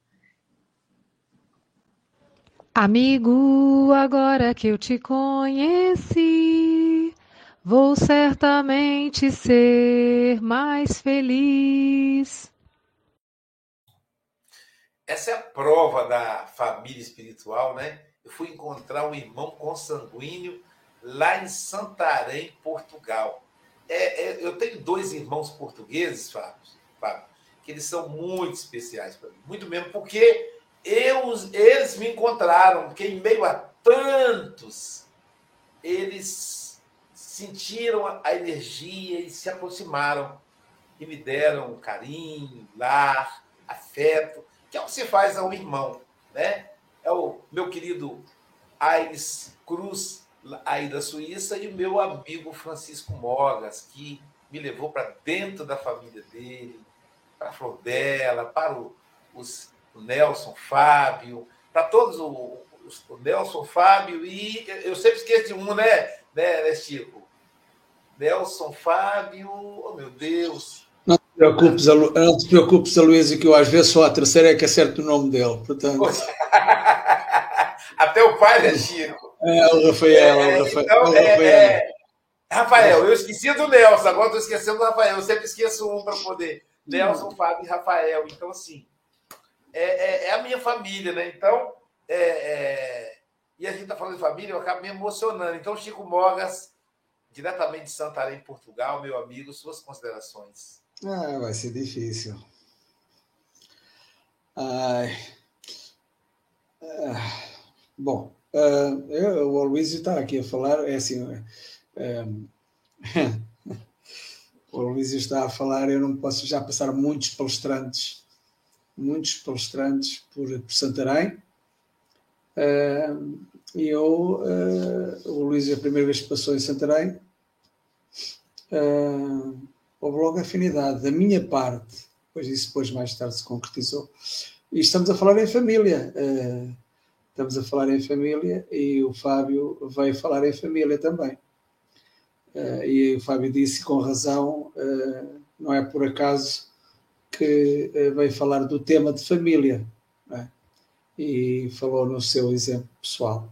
Amigo, agora que eu te conheci, vou certamente ser mais feliz. Essa é a prova da família espiritual, né? Eu fui encontrar um irmão consanguíneo lá em Santarém, Portugal. É, é, eu tenho dois irmãos portugueses, Fábio, Fábio, que eles são muito especiais para mim. Muito mesmo, porque eu, eles me encontraram, porque em meio a tantos, eles sentiram a energia e se aproximaram e me deram carinho, lar, afeto, que é o que se faz a um irmão, né? É o meu querido Aires Cruz, aí da Suíça, e o meu amigo Francisco Mogas, que me levou para dentro da família dele, para a Flor dela, para o, os, o Nelson Fábio, para todos o, os, o Nelson Fábio, e eu sempre esqueço de um, né, né, né Chico? Nelson Fábio, oh meu Deus... Não te preocupes, não te preocupes, Aloísio, que eu às vezes só a terceira é que acerto o nome dele, portanto... Até o pai, né, Chico? É, o Rafael, é, o Rafael. Então, o é, Rafael. É... Rafael, eu esqueci do Nelson, agora estou esquecendo do Rafael, eu sempre esqueço um para poder. Nelson, Fábio e Rafael. Então, assim, é, é, é a minha família, né? Então, é, é... e a gente está falando de família, eu acabo me emocionando. Então, Chico Mogas, diretamente de Santarém, Portugal, meu amigo, suas considerações. Ah, vai ser difícil. Ai. Ah, bom, uh, eu, o Aloísio está aqui a falar, é assim, um, o Aloísio está a falar, eu não posso já passar muitos palestrantes, muitos palestrantes por, por Santarém, uh, e eu, uh, o Aloísio, a primeira vez que passou em Santarém, uh, houve logo afinidade da minha parte, pois isso depois mais tarde se concretizou, e estamos a falar em família, uh, estamos a falar em família, e o Fábio veio falar em família também. Uh, e o Fábio disse com razão, uh, não é por acaso que uh, veio falar do tema de família, não é? E falou no seu exemplo pessoal,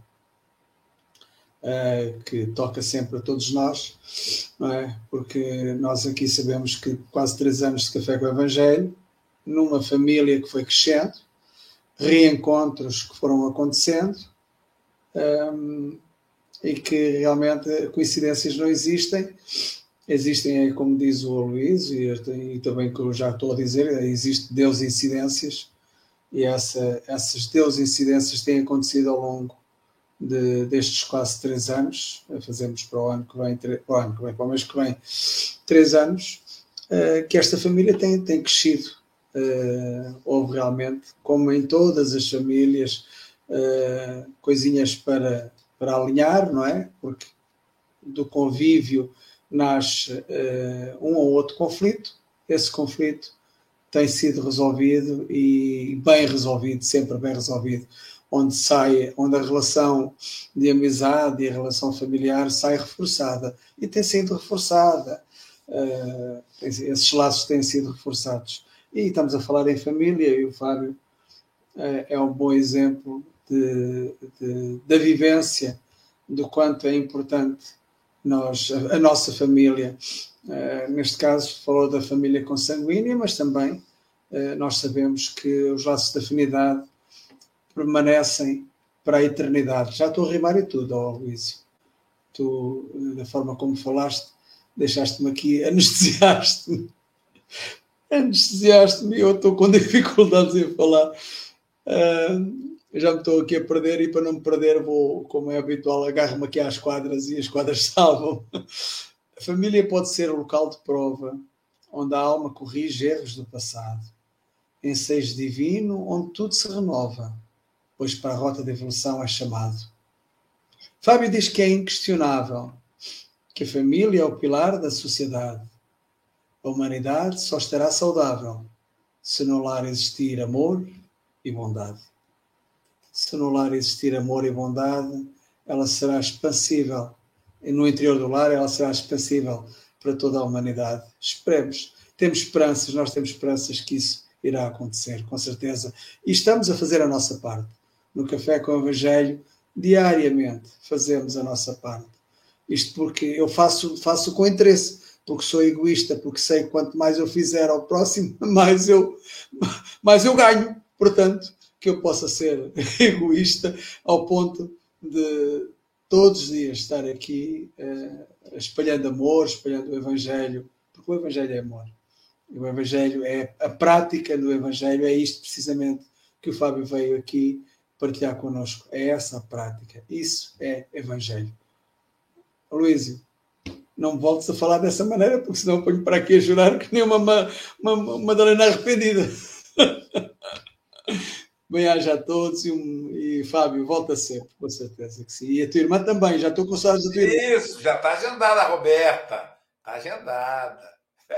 uh, que toca sempre a todos nós, não é? Porque nós aqui sabemos que quase três anos de Café com o Evangelho, numa família que foi crescendo, reencontros que foram acontecendo, um, e que realmente coincidências não existem, existem, como diz o Aloísio, e, e também que eu já estou a dizer, existe Deus incidências, e essa, essas Deus incidências têm acontecido ao longo de, destes quase três anos, fazemos para o ano que vem, para o ano que vem, para o mês que vem, três anos, uh, que esta família tem, tem crescido. Uh, houve realmente, como em todas as famílias, uh, coisinhas para, para alinhar, não é? Porque do convívio nasce uh, um ou outro conflito, esse conflito tem sido resolvido e bem resolvido, sempre bem resolvido, onde sai, onde a relação de amizade e a relação familiar sai reforçada, e tem sido reforçada, uh, esses laços têm sido reforçados. E estamos a falar em família, e o Fábio é, é um bom exemplo de, de, da vivência, do quanto é importante nós, a, a nossa família, uh, neste caso falou da família consanguínea, mas também uh, nós sabemos que os laços de afinidade permanecem para a eternidade. Já estou a rimar e tudo, ó Luísio. Tu, da forma como falaste, deixaste-me aqui, anestesiaste-me. Anestesiaste-me, eu estou com dificuldades em falar. Uh, já me estou aqui a perder, e para não me perder vou, como é habitual, agarro-me aqui às quadras e as quadras salvam. A família pode ser o local de prova onde a alma corrige erros do passado, ensejo divino onde tudo se renova, pois para a rota de evolução é chamado. Fábio diz que é inquestionável que a família é o pilar da sociedade. A humanidade só estará saudável se no lar existir amor e bondade. Se no lar existir amor e bondade, ela será expansível. E no interior do lar, ela será expansível para toda a humanidade. Esperemos. Temos esperanças, nós temos esperanças que isso irá acontecer, com certeza. E estamos a fazer a nossa parte. No Café com o Evangelho, diariamente, fazemos a nossa parte. Isto porque eu faço, faço com interesse, porque sou egoísta, porque sei que quanto mais eu fizer ao próximo, mais eu, mais eu ganho. Portanto, que eu possa ser egoísta ao ponto de todos os dias estar aqui uh, espalhando amor, espalhando o Evangelho, porque o Evangelho é amor. O Evangelho é a prática do Evangelho, é isto precisamente que o Fábio veio aqui partilhar connosco. É essa a prática. Isso é Evangelho. Luísio, não me voltes a falar dessa maneira, porque senão eu ponho para aqui a jurar que nem uma, uma, uma Madalena arrependida. Bem-aja a todos e, um, e Fábio, volta sempre, com certeza que sim. E a tua irmã também, já estou com saudades da tua irmã. Isso, já está agendada, Roberta. Está agendada.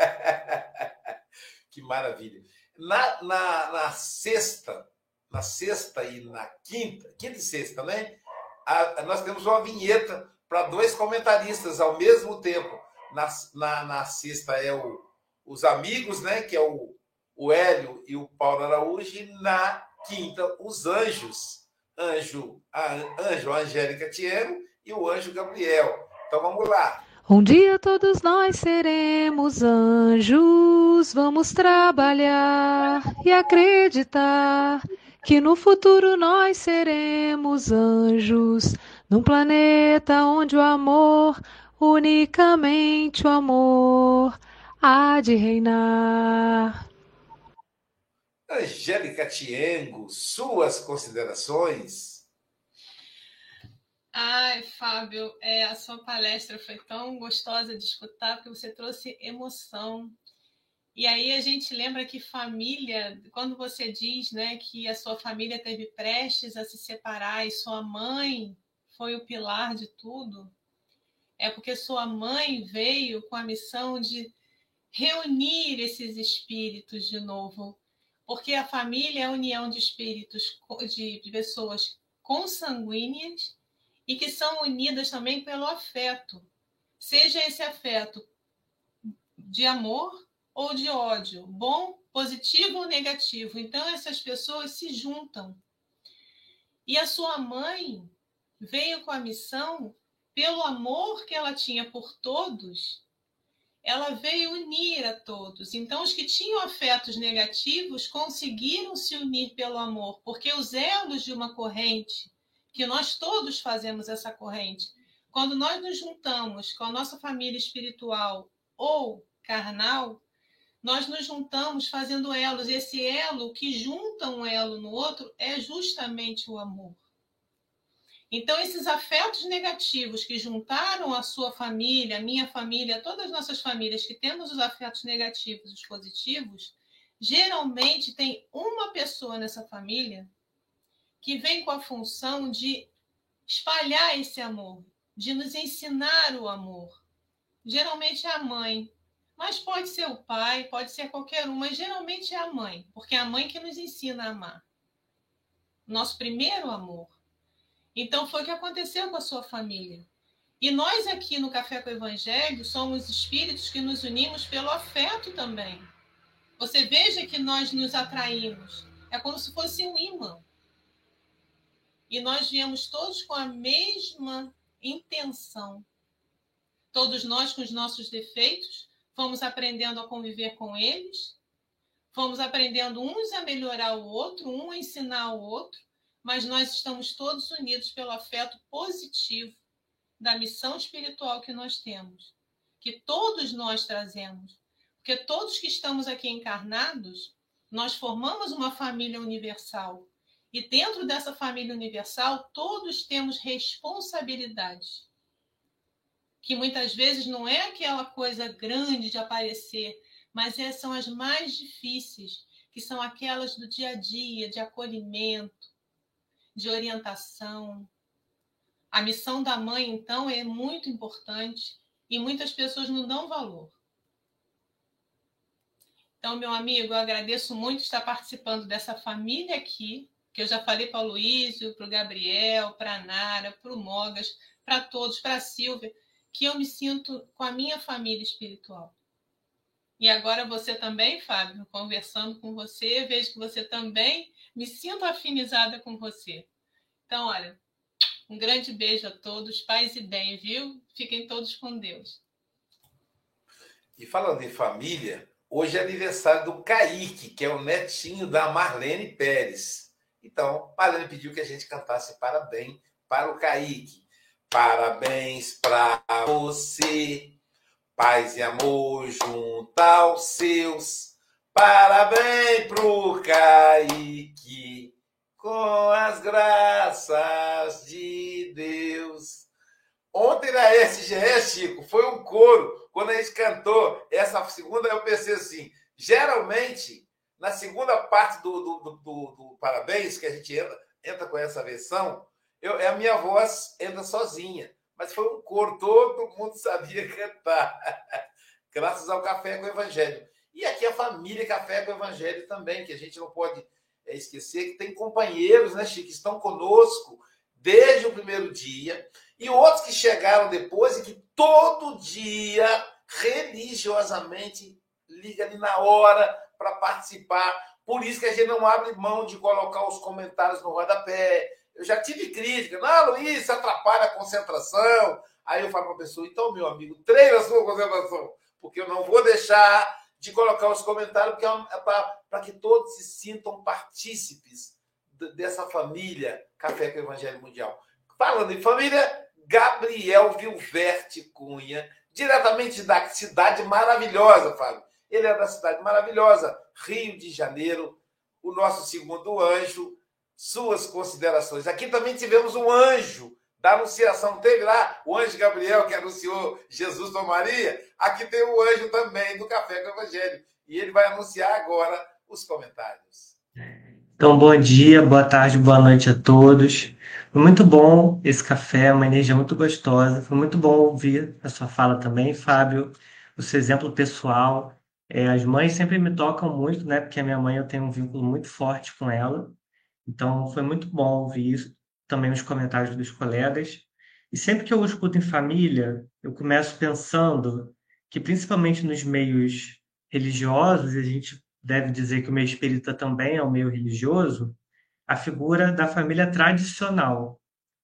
Que maravilha. Na, na, na sexta, na sexta e na quinta, quinta e sexta, né? A, a, nós temos uma vinheta para dois comentaristas ao mesmo tempo. Na, na, na sexta é o, os amigos, né? Que é o, o Hélio e o Paulo Araújo, e na quinta, os anjos. Anjo, a, anjo a Angélica Thiero e o anjo Gabriel. Então vamos lá. Um dia todos nós seremos anjos, vamos trabalhar e acreditar que no futuro nós seremos anjos, num planeta onde o amor, unicamente o amor, há de reinar. Angélica Thiengo, suas considerações? Ai, Fábio, é, a sua palestra foi tão gostosa de escutar, porque você trouxe emoção. E aí a gente lembra que família, quando você diz, né, que a sua família teve prestes a se separar e sua mãe foi o pilar de tudo, é porque sua mãe veio com a missão de reunir esses espíritos de novo. Porque a família é a união de espíritos, de, de pessoas consanguíneas, e que são unidas também pelo afeto. Seja esse afeto de amor ou de ódio, bom, positivo ou negativo. Então, essas pessoas se juntam. E a sua mãe veio com a missão, pelo amor que ela tinha por todos, ela veio unir a todos. Então, os que tinham afetos negativos conseguiram se unir pelo amor, porque os elos de uma corrente, que nós todos fazemos essa corrente. Quando nós nos juntamos com a nossa família espiritual ou carnal, nós nos juntamos fazendo elos. Esse elo que junta um elo no outro é justamente o amor. Então, esses afetos negativos que juntaram a sua família, a minha família, todas as nossas famílias que temos os afetos negativos e os positivos, geralmente tem uma pessoa nessa família que vem com a função de espalhar esse amor, de nos ensinar o amor. Geralmente é a mãe, mas pode ser o pai, pode ser qualquer um, mas geralmente é a mãe, porque é a mãe que nos ensina a amar. Nosso primeiro amor. Então foi o que aconteceu com a sua família. E nós aqui no Café com o Evangelho somos espíritos que nos unimos pelo afeto também. Você veja que nós nos atraímos. É como se fosse um imã. E nós viemos todos com a mesma intenção. Todos nós com os nossos defeitos, fomos aprendendo a conviver com eles, fomos aprendendo uns a melhorar o outro, um a ensinar o outro, mas nós estamos todos unidos pelo afeto positivo da missão espiritual que nós temos, que todos nós trazemos. Porque todos que estamos aqui encarnados, nós formamos uma família universal. E dentro dessa família universal, todos temos responsabilidades. Que muitas vezes não é aquela coisa grande de aparecer, mas são as mais difíceis, que são aquelas do dia a dia, de acolhimento, de orientação. A missão da mãe, então, é muito importante e muitas pessoas não dão valor. Então, meu amigo, eu agradeço muito estar participando dessa família aqui, que eu já falei para o Luísio, para o Gabriel, para a Nara, para o Mogas, para todos, para a Silvia, que eu me sinto com a minha família espiritual. E agora você também, Fábio, conversando com você, vejo que você também me sinto afinizada com você. Então, olha, um grande beijo a todos, paz e bem, viu? Fiquem todos com Deus. E falando em família, hoje é aniversário do Kaique, que é o netinho da Marlene Pérez. Então, Marlene pediu que a gente cantasse parabéns para o Kaique. Parabéns para você, paz e amor junto aos seus. Parabéns pro Kaique, com as graças de Deus. Ontem na S G E, Chico, foi um coro. Quando a gente cantou essa segunda, eu pensei assim, geralmente, na segunda parte do, do, do, do, do Parabéns, que a gente entra, entra com essa versão, eu, a minha voz entra sozinha. Mas foi um coro, todo mundo sabia cantar. Graças ao Café com o Evangelho. E aqui a família Café com o Evangelho também, que a gente não pode esquecer, que tem companheiros, né, Chico, que estão conosco desde o primeiro dia, e outros que chegaram depois e que todo dia, religiosamente, liga ali na hora para participar. Por isso que a gente não abre mão de colocar os comentários no rodapé. Eu já tive crítica. Não, Luiz, isso atrapalha a concentração. Aí eu falo para a pessoa, então, meu amigo, treina a sua concentração, porque eu não vou deixar de colocar os comentários, porque é para que todos se sintam partícipes dessa família Café com o Evangelho Mundial. Falando em família, Gabriel Vilverte Cunha, diretamente da cidade maravilhosa, Fábio. Ele é da cidade maravilhosa, Rio de Janeiro, o nosso segundo anjo. Suas considerações. Aqui também tivemos um anjo da Anunciação. Teve lá o anjo Gabriel, que anunciou Jesus com Maria. Aqui tem o anjo também do Café com o Evangelho. E ele vai anunciar agora os comentários. Então, bom dia, boa tarde, boa noite a todos. Foi muito bom esse café, uma energia muito gostosa. Foi muito bom ouvir a sua fala também, Fábio, o seu exemplo pessoal. É, as mães sempre me tocam muito, né? Porque a minha mãe, eu tenho um vínculo muito forte com ela. Então, foi muito bom ouvir isso, também os comentários dos colegas. E sempre que eu escuto em família, eu começo pensando que, principalmente nos meios religiosos, e a gente deve dizer que o meio espírita também é um meio religioso, a figura da família tradicional.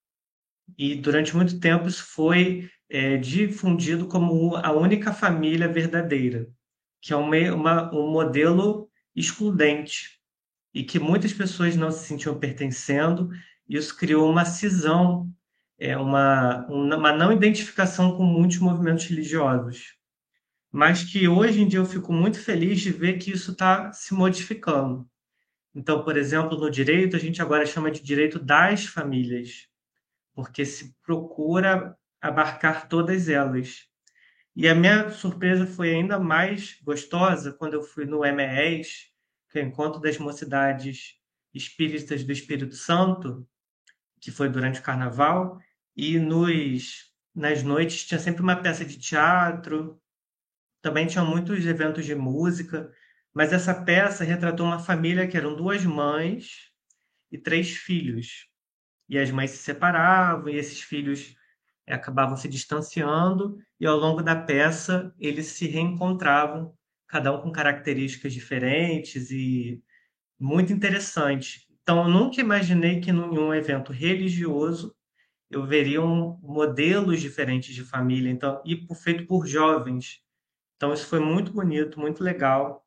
E, durante muito tempo, isso foi é, difundido como a única família verdadeira, que é um, meio, uma, um modelo excludente, e que muitas pessoas não se sentiam pertencendo, e isso criou uma cisão, é, uma, uma não identificação com muitos movimentos religiosos. Mas que hoje em dia eu fico muito feliz de ver que isso está se modificando. Então, por exemplo, no direito, a gente agora chama de direito das famílias, porque se procura abarcar todas elas. E a minha surpresa foi ainda mais gostosa quando eu fui no M E S, que é o Encontro das Mocidades Espíritas do Espírito Santo, que foi durante o Carnaval, e nos, nas noites tinha sempre uma peça de teatro, também tinha muitos eventos de música, mas essa peça retratou uma família que eram duas mães e três filhos. E as mães se separavam, e esses filhos acabavam se distanciando, e ao longo da peça eles se reencontravam, cada um com características diferentes e muito interessante. Então, eu nunca imaginei que em um evento religioso eu veria um, modelos diferentes de família, então, e feito por jovens. Então, isso foi muito bonito, muito legal.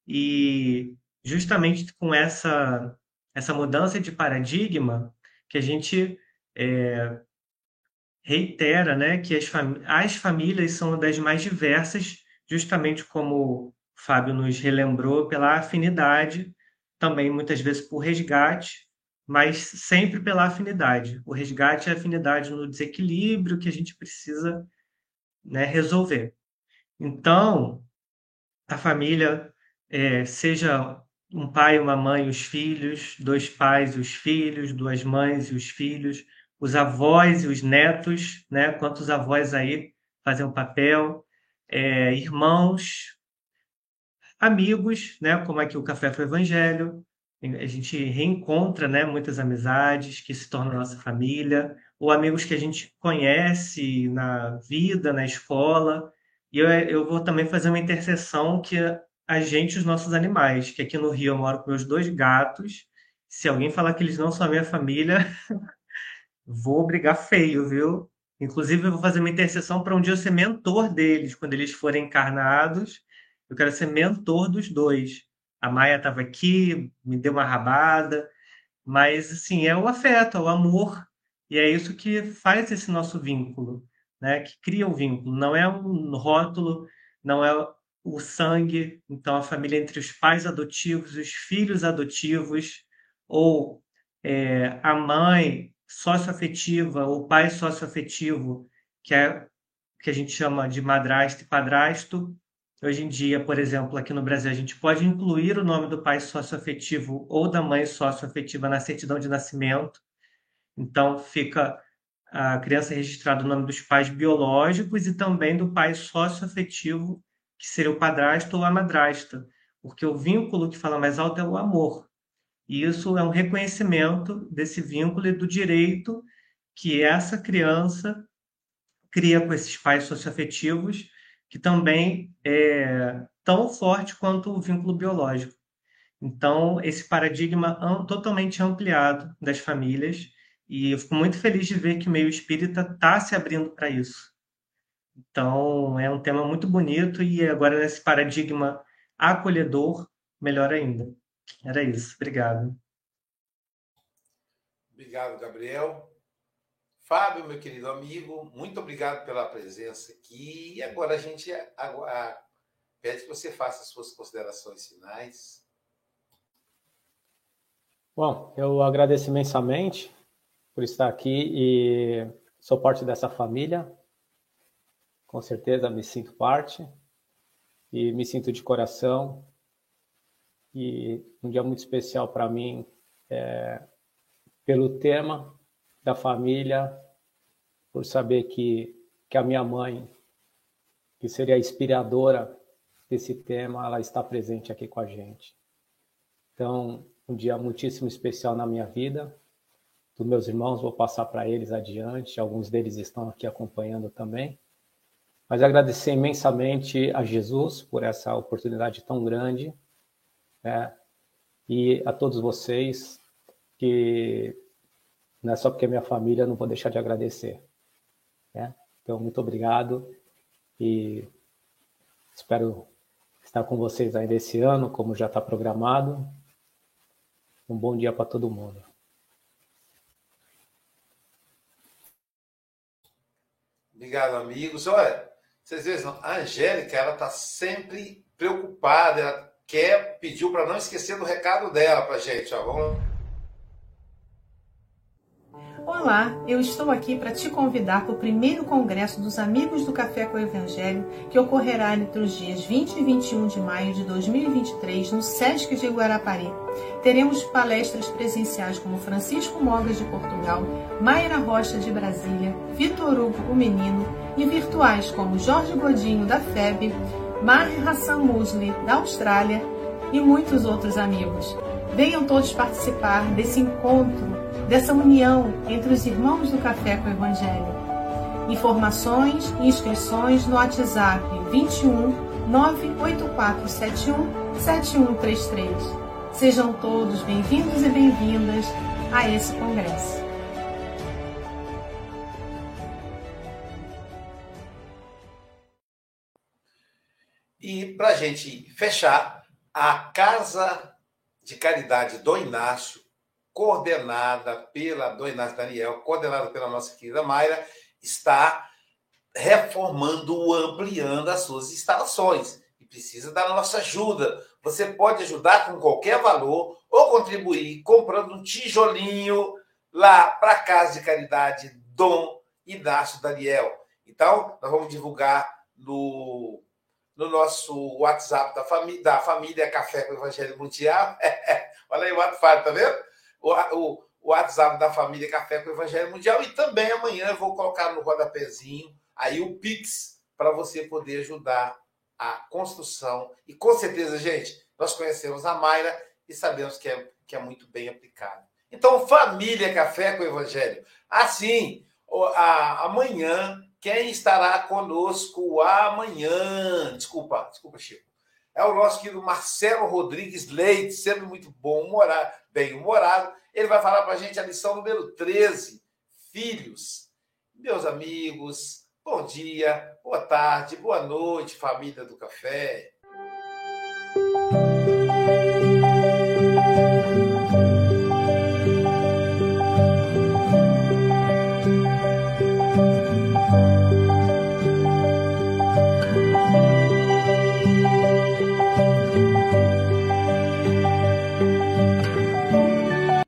E justamente com essa, essa mudança de paradigma que a gente é, reitera, né, que as, fami- as famílias são das mais diversas, justamente como o Fábio nos relembrou, pela afinidade, também muitas vezes por resgate, mas sempre pela afinidade. O resgate é a afinidade no desequilíbrio que a gente precisa, né, resolver. Então, a família, é, seja um pai, uma mãe, os filhos, dois pais e os filhos, duas mães e os filhos, os avós e os netos, né? Quantos avós aí fazem um papel, é, irmãos, amigos, né? Como aqui o Café com o Evangelho. A gente reencontra, né, muitas amizades que se tornam nossa família, ou amigos que a gente conhece na vida, na escola. E eu, eu vou também fazer uma intercessão que a gente, os nossos animais, que aqui no Rio eu moro com meus dois gatos. Se alguém falar que eles não são a minha família, vou brigar feio, viu? Inclusive, eu vou fazer uma intercessão para um dia eu ser mentor deles, quando eles forem encarnados. Eu quero ser mentor dos dois. A Maia estava aqui, me deu uma rabada, mas assim, é o afeto, é o amor, e é isso que faz esse nosso vínculo, né? Que cria o vínculo. Não é um rótulo, não é o sangue. Então, a família entre os pais adotivos, os filhos adotivos, ou é, a mãe socioafetiva, ou pai socioafetivo, que é que a gente chama de madrasta e padrasto. Hoje em dia, por exemplo, aqui no Brasil, a gente pode incluir o nome do pai socioafetivo ou da mãe socioafetiva na certidão de nascimento. Então, fica a criança registrada o nome dos pais biológicos e também do pai socioafetivo, que seria o padrasto ou a madrasta, porque o vínculo que fala mais alto é o amor. E isso é um reconhecimento desse vínculo e do direito que essa criança cria com esses pais socioafetivos, que também é tão forte quanto o vínculo biológico. Então, esse paradigma am- totalmente ampliado das famílias, e eu fico muito feliz de ver que o meio espírita está se abrindo para isso. Então, é um tema muito bonito, e agora nesse paradigma acolhedor, melhor ainda. Era isso. Obrigado. Obrigado, Gabriel. Fábio, meu querido amigo, muito obrigado pela presença aqui. E agora a gente agora pede que você faça as suas considerações finais. Bom, eu agradeço imensamente por estar aqui e sou parte dessa família. Com certeza me sinto parte e me sinto de coração. E um dia muito especial para mim é pelo tema da família, por saber que, que a minha mãe, que seria a inspiradora desse tema, ela está presente aqui com a gente. Então, um dia muitíssimo especial na minha vida. Dos meus irmãos, vou passar para eles adiante, alguns deles estão aqui acompanhando também. Mas agradecer imensamente a Jesus por essa oportunidade tão grande, né? E a todos vocês, que não é só porque é minha família, eu não vou deixar de agradecer, né? Então, muito obrigado e espero estar com vocês ainda esse ano, como já está programado. Um bom dia para todo mundo. Obrigado, amigos. Olha, vocês veem, a Angélica, ela está sempre preocupada, ela quer, pediu para não esquecer do recado dela para a gente. Ó, vamos lá. Olá, eu estou aqui para te convidar para o primeiro congresso dos Amigos do Café com o Evangelho, que ocorrerá entre os dias vinte e vinte e um de maio de dois mil e vinte e três, no Sesc de Guarapari. Teremos palestras presenciais como Francisco Mogas de Portugal, Mayra Rocha de Brasília, Vitor Hugo, o Menino, e virtuais como Jorge Godinho da F E B, Maher Hassan Musli da Austrália e muitos outros amigos. Venham todos participar desse encontro, dessa união entre os irmãos do Café com o Evangelho. Informações e inscrições no WhatsApp vinte e um, nove oito quatro sete um, sete um três três. Sejam todos bem-vindos e bem-vindas a esse congresso. E para a gente fechar, a Casa de Caridade Dom Inácio, coordenada pela Dom Inácio Daniel, coordenada pela nossa querida Mayra, está reformando, ampliando as suas instalações e precisa da nossa ajuda. Você pode ajudar com qualquer valor ou contribuir comprando um tijolinho lá para a Casa de Caridade Dom Inácio Daniel. Então, nós vamos divulgar no, no nosso WhatsApp da família, da família Café com o Evangelho Mundial. Olha aí o WhatsApp, tá vendo? O, o, o WhatsApp da família Café com o Evangelho Mundial, e também amanhã eu vou colocar no rodapézinho aí o Pix para você poder ajudar a construção. E com certeza, gente, nós conhecemos a Mayra e sabemos que é, que é muito bem aplicado. Então, família Café com o Evangelho. Assim, a, amanhã, quem estará conosco amanhã? Desculpa, desculpa, Chico. É o nosso querido Marcelo Rodrigues Leite, sempre muito bom humorado, bem humorado. Ele vai falar para a gente a lição número treze, filhos. Meus amigos, bom dia, boa tarde, boa noite, família do café.